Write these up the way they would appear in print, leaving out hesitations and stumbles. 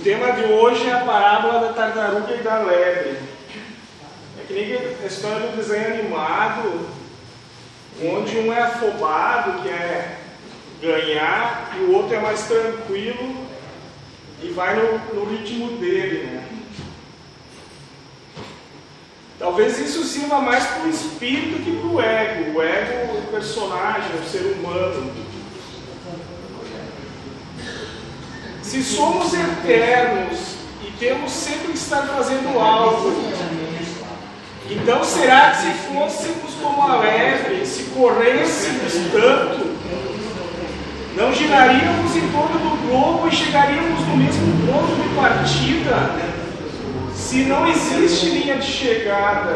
tema de hoje é a parábola da tartaruga e da lebre. É que nem a história do desenho animado, onde um é afobado, quer ganhar, e o outro é mais tranquilo e vai no ritmo dele, né? Talvez isso sirva mais para o espírito que para o ego. O ego é o personagem, o ser humano. Se somos eternos e temos sempre que estar fazendo algo, então será que se fôssemos como a lebre, se corrêssemos tanto, não giraríamos em torno do globo e chegaríamos no mesmo ponto de partida? Se não existe linha de chegada,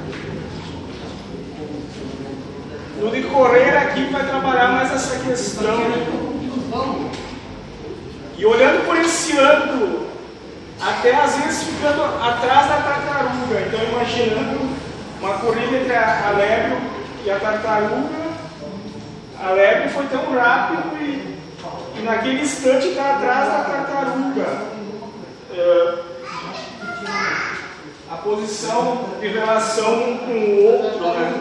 no decorrer aqui vai trabalhar mais essa questão. E olhando por esse ângulo, até às vezes ficando atrás da tartaruga. Então imaginando uma corrida entre a lebre e a tartaruga, a lebre foi tão rápido e naquele instante está atrás da tartaruga. A posição de relação um com o outro, né?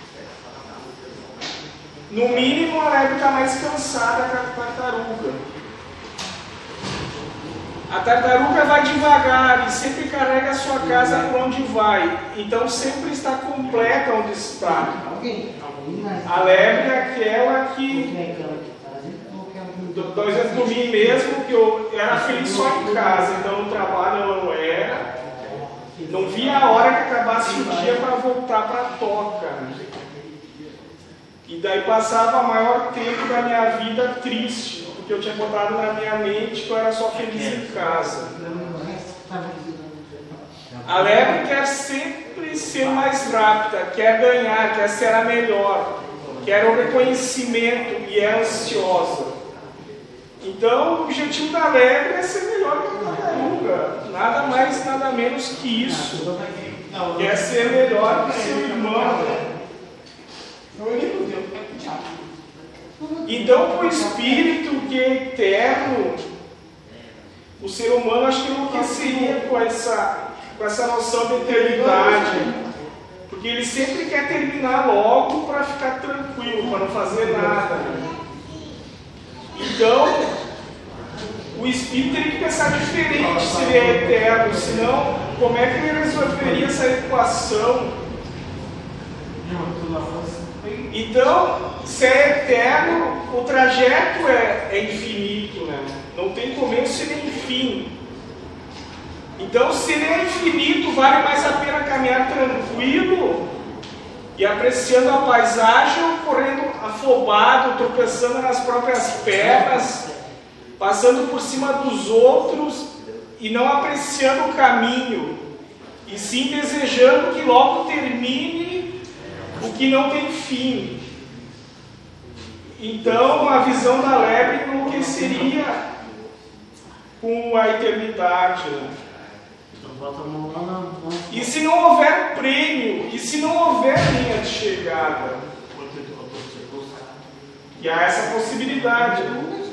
No mínimo a lebre está mais cansada que a tartaruga. A tartaruga vai devagar e sempre carrega a sua casa por onde vai. Então sempre está completa onde está. A lebre é aquela que... Dou exemplo de mim mesmo, que eu era feliz só em casa. Então no trabalho eu não era. Não via a hora que acabasse o dia para voltar para a toca. E daí passava o maior tempo da minha vida triste, porque eu tinha botado na minha mente que eu era só feliz em casa. A lebre quer sempre ser mais rápida, quer ganhar, quer ser a melhor, quer o reconhecimento e é ansiosa. Então o objetivo da lebre é ser melhor que a tartaruga, nada mais, nada menos que isso. Quer ser melhor que seu irmão. Então, para o espírito que é eterno, o ser humano acho que enlouqueceria com essa noção de eternidade, porque ele sempre quer terminar logo para ficar tranquilo, para não fazer nada. Então, o espírito teria que pensar diferente se ele é eterno, senão, como é que ele resolveria essa equação? Então, se é eterno, o trajeto é infinito, né? Não tem começo e nem fim. Então, se ele é infinito, vale mais a pena caminhar tranquilo e apreciando a paisagem, ou correndo afobado, tropeçando nas próprias pernas, passando por cima dos outros e não apreciando o caminho, e sim desejando que logo termine o que não tem fim. Então, a visão da lebre enlouqueceria com a eternidade. E se não houver prêmio, e se não houver linha de chegada? E há essa possibilidade.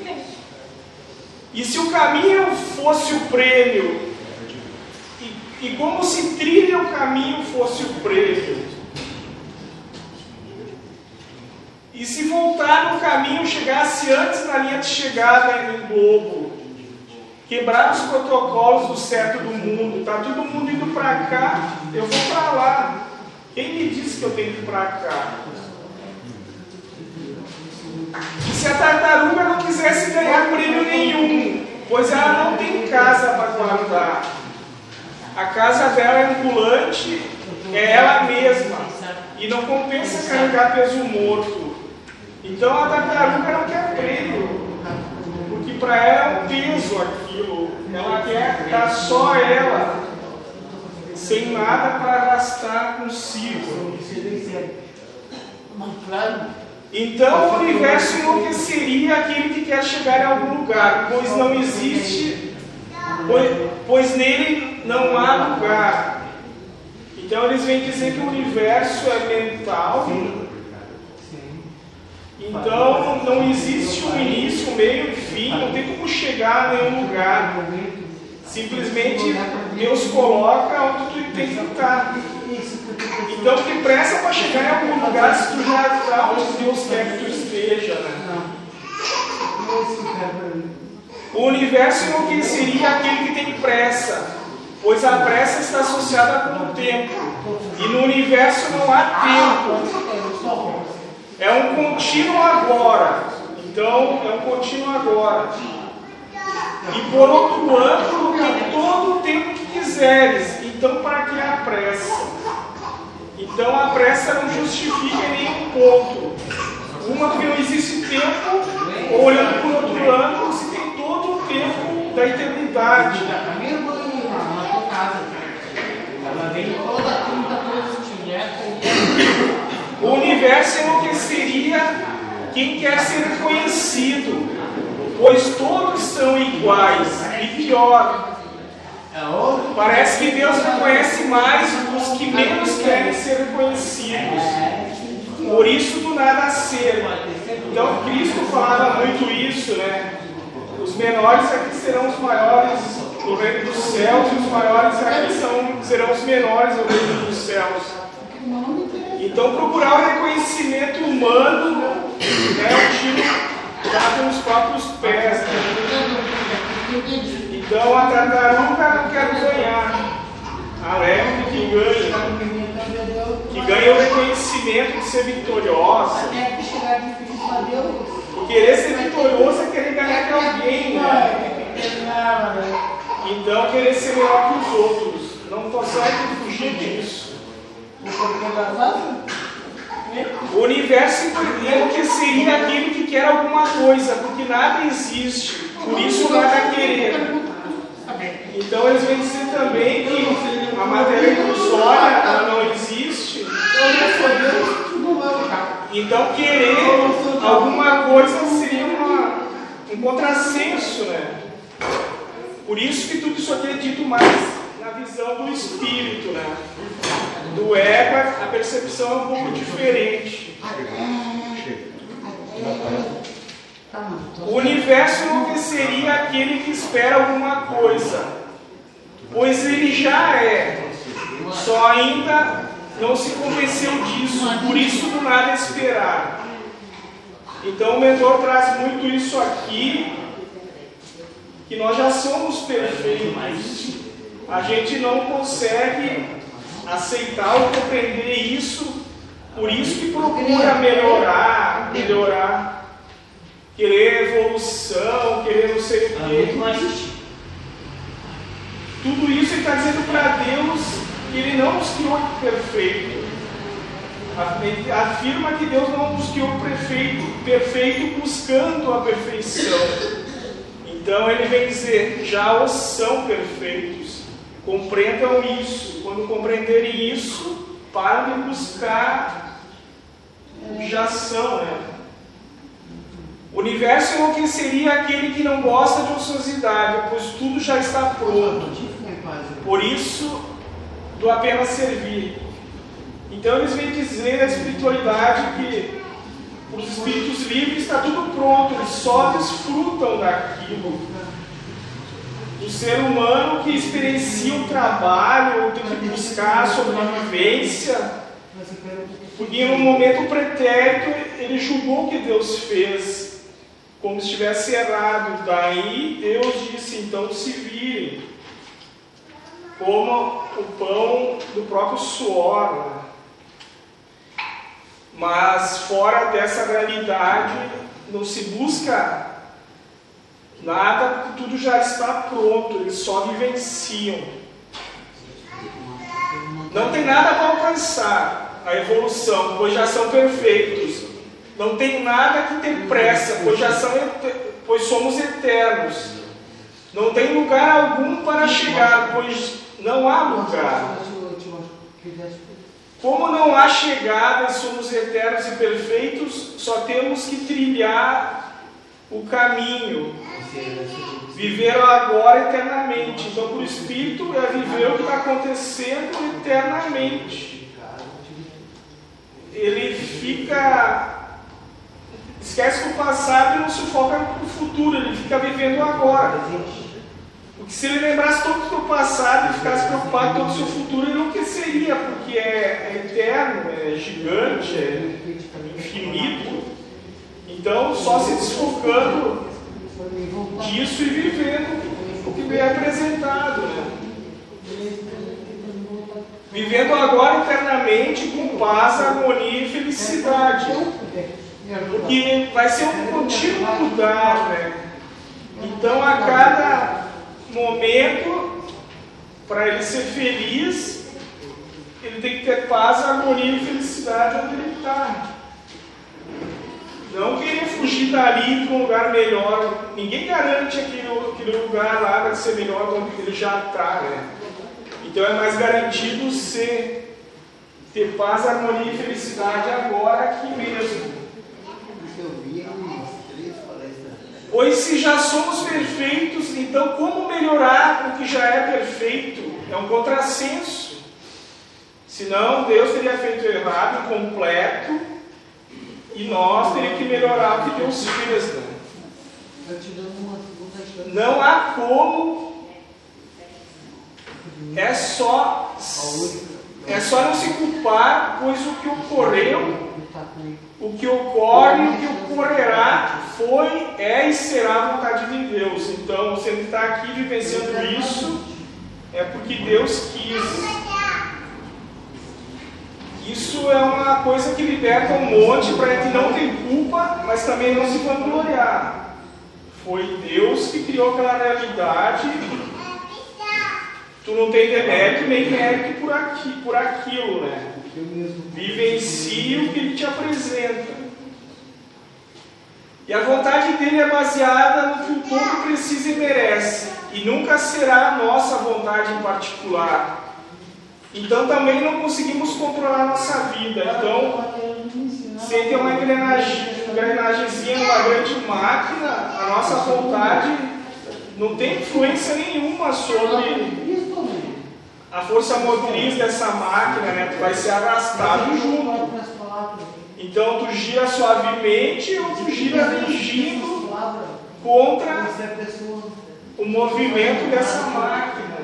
E se o caminho fosse o prêmio? E como se trilha o caminho fosse o prêmio? E se voltar no caminho chegasse antes da linha de chegada em globo? Quebrar os protocolos do certo do mundo. Está todo mundo indo para cá, eu vou para lá. Quem me disse que eu tenho que ir para cá? E se a tartaruga não quisesse ganhar prêmio nenhum, pois ela não tem casa para guardar. A casa dela é ambulante, é ela mesma. E não compensa carregar peso morto. Então a tartaruga não quer prêmio, porque para ela é um peso aquilo. Ela quer estar só ela, sem nada para arrastar consigo. Então o universo enlouqueceria aquele que quer chegar em algum lugar, pois não existe, pois nele não há lugar. Então eles vêm dizer que o universo é mental. Então não existe um início, um meio e fim, não tem como chegar a nenhum lugar. Simplesmente Deus coloca onde tu tem que estar. Então te pressa para chegar em algum lugar se tu já está onde Deus quer que tu esteja, né? O universo enlouqueceria aquele que tem pressa, pois a pressa está associada com o tempo. E no universo não há tempo. É um contínuo agora. Então, é um contínuo agora. E por outro ângulo, tem todo o tempo que quiseres. Então, para que a pressa? Então, a pressa não justifica em nenhum ponto. Uma, porque não existe tempo, ou olhando por outro ângulo, se tem todo o tempo da eternidade. O universo enlouqueceria quem quer ser reconhecido, pois todos são iguais. E pior, parece que Deus reconhece mais os que menos querem ser reconhecidos. Por isso, do nada ser. Então, Cristo falava muito isso, né? Os menores aqui serão os maiores no reino dos céus, e os maiores aqui serão os menores no reino dos céus. Então, procurar o reconhecimento humano é um tiro dado nos próprios pés. Então, a tartaruga não quer ganhar. A lebre que ganha o reconhecimento de ser vitoriosa. O querer ser vitorioso é querer ganhar de alguém, né? Então, querer ser melhor que os outros. Não consegue fugir disso. O universo enlouqueceria aquele que quer alguma coisa, porque nada existe, por isso nada querer. Então eles vêm dizer também que a matéria ilusória ela não existe. Então querer alguma coisa seria um contrassenso, né? Por isso que tudo isso aqui é dito mais na visão do espírito, né? Do ego, a percepção é um pouco diferente. O universo enlouqueceria aquele que espera alguma coisa, pois ele já é, só ainda não se convenceu disso, por isso do nada esperar. Então o mentor traz muito isso aqui, que nós já somos perfeitos. A gente não consegue aceitar ou compreender isso, por isso que procura melhorar, querer evolução, querer não sei o quê. Tudo isso ele está dizendo para Deus que Ele não nos criou perfeito. Ele afirma que Deus não nos criou perfeito buscando a perfeição. Então ele vem dizer, já os são perfeitos. Compreendam isso. Quando compreenderem isso, parem de buscar o já são, né? O universo enlouqueceria aquele que não gosta de ociosidade, pois tudo já está pronto. Por isso, do apenas servir. Então eles vêm dizer a espiritualidade que os espíritos livres está tudo pronto, eles só desfrutam daquilo. O ser humano que experiencia o trabalho, tem que buscar a sobrevivência, porque em um momento pretérito ele julgou o que Deus fez como se estivesse errado. Daí Deus disse, então se virem, como o pão do próprio suor, né? Mas fora dessa realidade não se busca nada, porque tudo já está pronto, eles só vivenciam. Não tem nada para alcançar a evolução, pois já são perfeitos. Não tem nada que ter pressa, pois somos eternos. Não tem lugar algum para chegar, pois não há lugar. Como não há chegada e somos eternos e perfeitos, só temos que trilhar o caminho, viver o agora eternamente. Então, para o Espírito, é viver o que está acontecendo eternamente. Ele esquece o passado e não se foca no futuro, ele fica vivendo agora. O Porque se ele lembrasse todo o seu passado e ficasse preocupado com todo o seu futuro, ele não seria, porque é eterno, é gigante, é infinito. Então, só se desfocando disso e vivendo o que vem apresentado, né? Vivendo agora eternamente com paz, harmonia e felicidade. Porque vai ser um contínuo mudar, né? Então, a cada momento, para ele ser feliz, ele tem que ter paz, harmonia e felicidade onde ele está. Não querer fugir dali para um lugar melhor. Ninguém garante aquele lugar lá vai ser melhor do que ele já está, né? Então é mais garantido ter paz, harmonia e felicidade agora aqui mesmo. Pois se já somos perfeitos, então como melhorar o que já é perfeito? É um contrassenso. Senão Deus teria feito errado, incompleto, e nós teríamos que melhorar o que Deus fez. Né? Não há como. É só não se culpar, pois o que ocorreu, o que ocorre, o que ocorrerá foi, é e será a vontade de Deus. Então, você que está aqui vivenciando isso, é porque Deus quis. Isso é uma coisa que liberta um monte para a gente não ter culpa, mas também não se vangloriar. Foi Deus que criou aquela realidade. Tu não tem demérito nem mérito por aquilo, né? Vivencie o que Ele te apresenta. E a vontade dele é baseada no que o todo precisa e merece, e nunca será a nossa vontade em particular. Então também não conseguimos controlar a nossa vida. Então, sem ter uma engrenagemzinha numa grande máquina, a nossa vontade não tem influência nenhuma sobre a força motriz dessa máquina, né? Tu vai ser arrastado junto. Então tu gira suavemente ou tu gira ringindo contra o movimento dessa máquina.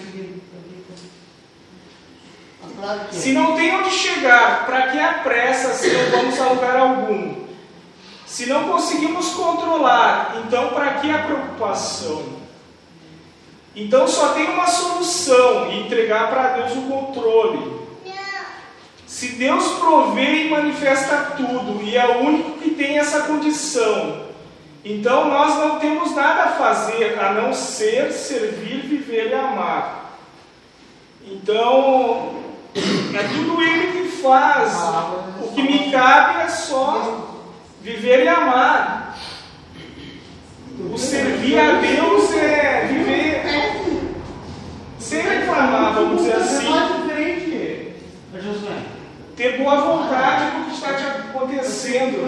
Se não tem onde chegar, para que a pressa se não vamos a lugar algum? Se não conseguimos controlar, então para que a preocupação? Então só tem uma solução: entregar para Deus o controle. Se Deus provê e manifesta tudo, e é o único que tem essa condição, então nós não temos nada a fazer a não ser servir, viver e amar. Então é tudo Ele que faz. O que me cabe é só viver e amar. O servir a Deus é viver sem reclamar, vamos dizer assim. Ter boa vontade do que está te acontecendo.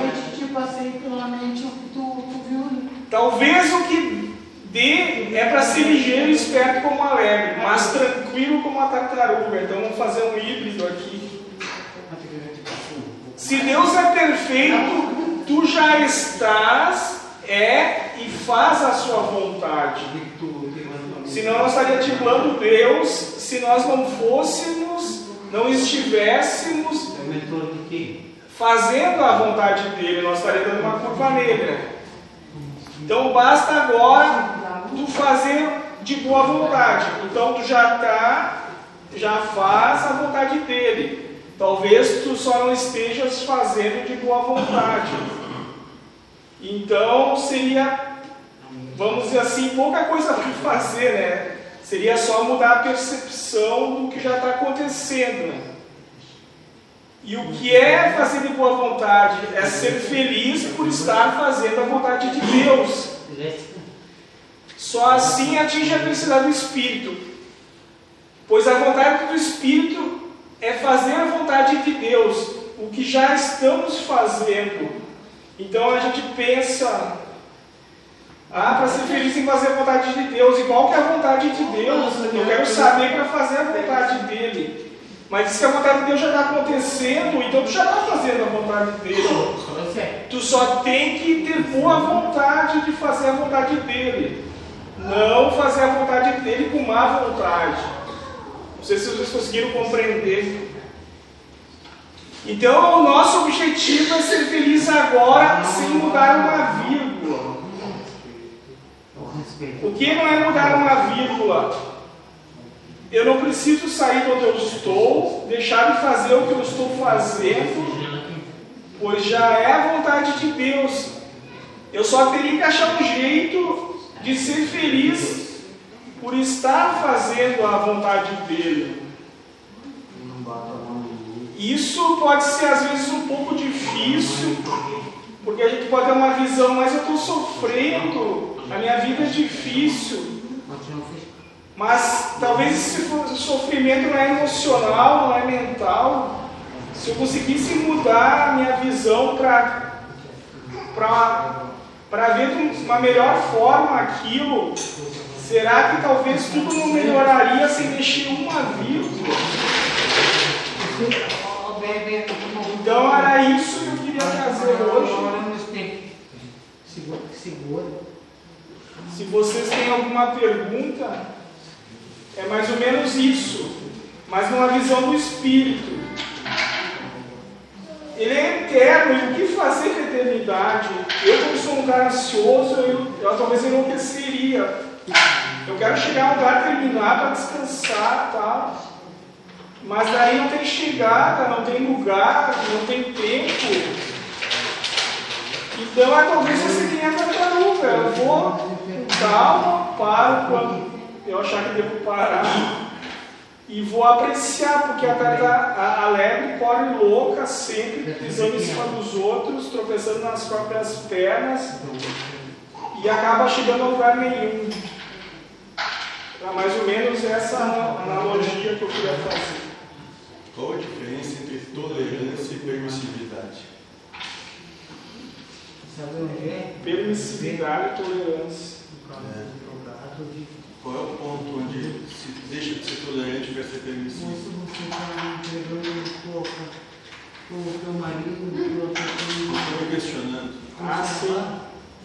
Talvez o que dê é para ser ligeiro e esperto como alegre, mas tranquilo como a tartaruga. Então vamos fazer um híbrido aqui. Se Deus é perfeito, tu já estás, e faz a sua vontade. Senão nós estaríamos titulando Deus se nós não fôssemos, não estivéssemos fazendo a vontade dele. Nós estaríamos dando uma curva negra. Então basta agora tu fazer de boa vontade. Então tu já faz a vontade dele. Talvez tu só não estejas fazendo de boa vontade. Então seria, vamos dizer assim, pouca coisa para fazer, né? Seria só mudar a percepção do que já está acontecendo, né? E o que é fazer de boa vontade? É ser feliz por estar fazendo a vontade de Deus. Só assim atinge a felicidade do Espírito. Pois a vontade do Espírito é fazer a vontade de Deus, o que já estamos fazendo. Então a gente pensa, para ser feliz em fazer a vontade de Deus, e qual que é a vontade de Deus? Eu quero saber para fazer a vontade dele. Mas diz que a vontade de Deus já está acontecendo, então tu já está fazendo a vontade dele. Tu só tem que ter boa vontade de fazer a vontade dele. não fazer a vontade dele com má vontade. Não sei se vocês conseguiram compreender. Então, o nosso objetivo é ser feliz agora, sem mudar uma vírgula. O que não é mudar uma vírgula? Eu não preciso sair de onde eu estou, deixar de fazer o que eu estou fazendo, pois já é a vontade de Deus. Eu só teria que achar um jeito de ser feliz por estar fazendo a vontade dele. Isso pode ser às vezes um pouco difícil, porque a gente pode ter uma visão, mas eu estou sofrendo, a minha vida é difícil. Mas talvez esse sofrimento não é emocional, não é mental. Se eu conseguisse mudar a minha visão para ver de uma melhor forma aquilo, será que talvez tudo não melhoraria sem mexer uma vírgula? Então era isso que eu queria trazer hoje. Se vocês têm alguma pergunta, é mais ou menos isso, mas numa visão do Espírito. Ele é eterno, e o que fazer com a eternidade? Eu, como sou um cara ansioso, eu talvez enlouqueceria. Eu quero chegar a um lugar, terminar para descansar, tá? Mas daí não tem chegada, não tem lugar, não tem tempo. Então talvez você tenha tartaruga. Eu vou com calma, paro quando eu achar que devo parar e vou apreciar, porque a lebre corre louca sempre, pisando em cima dos outros, tropeçando nas próprias pernas e acaba chegando a lugar nenhum. Era mais ou menos essa analogia que eu queria fazer. Qual a diferença entre tolerância e permissividade? Permissividade e tolerância. Qual é o ponto onde se deixa de ser tolerante para ser permissivo? Você está entregando o teu marido, Estou questionando. Ah, sim.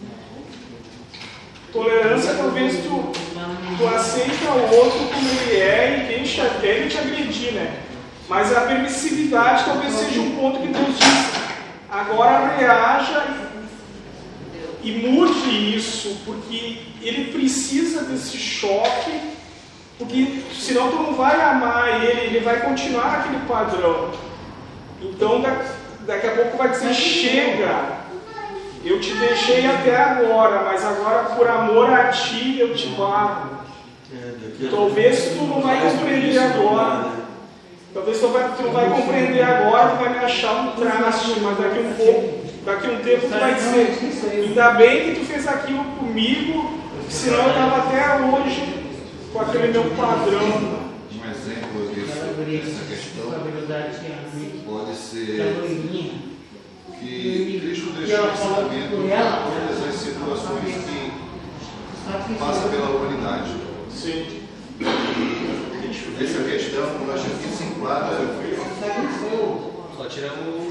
Tolerância, talvez tu aceita o outro como ele é e deixa até ele te agredir, né? Mas a permissividade talvez seja um ponto que Deus diz: agora reaja e mude isso, porque ele precisa desse choque, porque senão tu não vai amar ele vai continuar aquele padrão. Então daqui a pouco vai dizer: chega, eu te deixei até agora, mas agora por amor a ti eu te barro. Talvez tu não vai compreender agora. Talvez tu não vai compreender agora, tu vai me achar um traste, mas daqui a um tempo tu vai dizer: ainda bem que tu fez aquilo comigo, senão eu estava até hoje com aquele meu padrão. Um exemplo dessa questão pode ser que Cristo deixou ensinamento em todas as situações que passam pela humanidade. Sim. E essa questão, eu acho que se enquadra. Só tiramos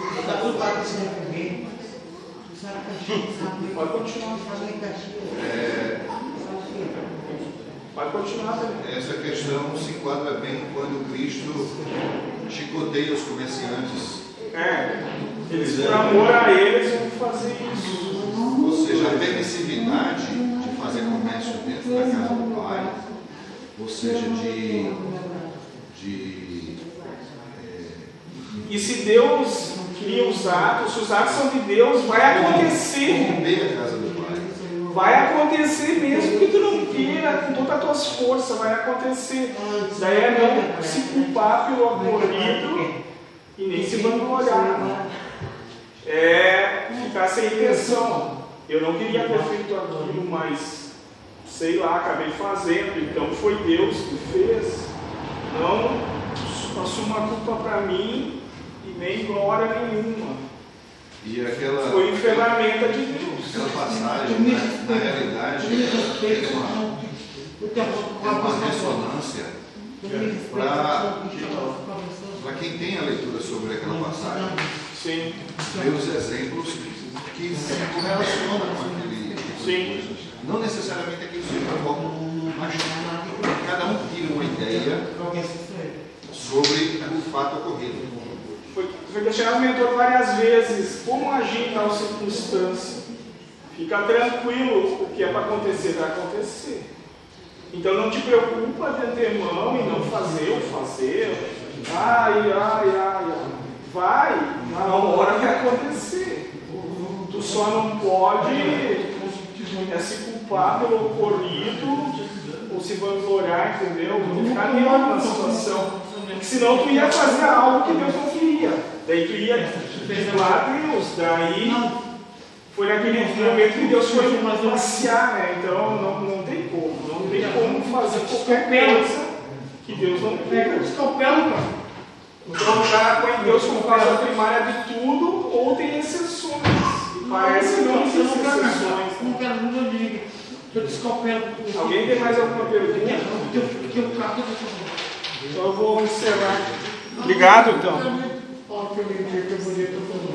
Pode continuar. Pode continuar também. Essa questão se enquadra bem quando Cristo chicoteia os comerciantes. Eles, por amor a eles, vão fazer isso. Ou seja, a permissividade de fazer comércio dentro da casa do Pai, ou seja, E se Deus cria os atos, se os atos são de Deus, vai acontecer. romper a casa do Pai. Vai acontecer mesmo que tu não queira, com todas as tuas forças, vai acontecer. Daí é não se culpar pelo ocorrido e nem se vangloriar. É ficar sem intenção. Eu não queria ter feito aquilo, mas sei lá, acabei fazendo, então foi Deus que fez. Não assuma a culpa para mim e nem glória nenhuma. E aquela, foi ferramenta de Deus. Aquela passagem, na realidade, é uma ressonância para quem tem a leitura sobre aquela passagem. Sim. Ver os exemplos que se correlacionam com aquele tipo de coisa. Não necessariamente aquilo se transforma cada um tira uma ideia sobre o fato ocorrido. Foi questionado o mentor várias vezes, como agir em tal circunstância. Fica tranquilo, o que é para acontecer, vai acontecer. Então não te preocupa de antemão em não fazer ou fazer. Ai. Vai, na hora vai acontecer. Tu só não pode se culpar pelo ocorrido ou se vangloriar, entendeu? Não ficar nenhuma situação. Porque senão tu ia fazer algo que Deus não queria. Daí tu ia driblar Deus. Daí foi naquele momento que Deus foi passear, né? Então não tem como. Não tem como fazer qualquer coisa que Deus não queira. Então o cara põe Deus como causa primária de tudo ou tem exceções. E parece que não existe exceções. Não quero nunca diga. Eu descopelo. Alguém tem mais alguma pergunta? Então eu vou encerrar. Obrigado, então. Ó, que bonito,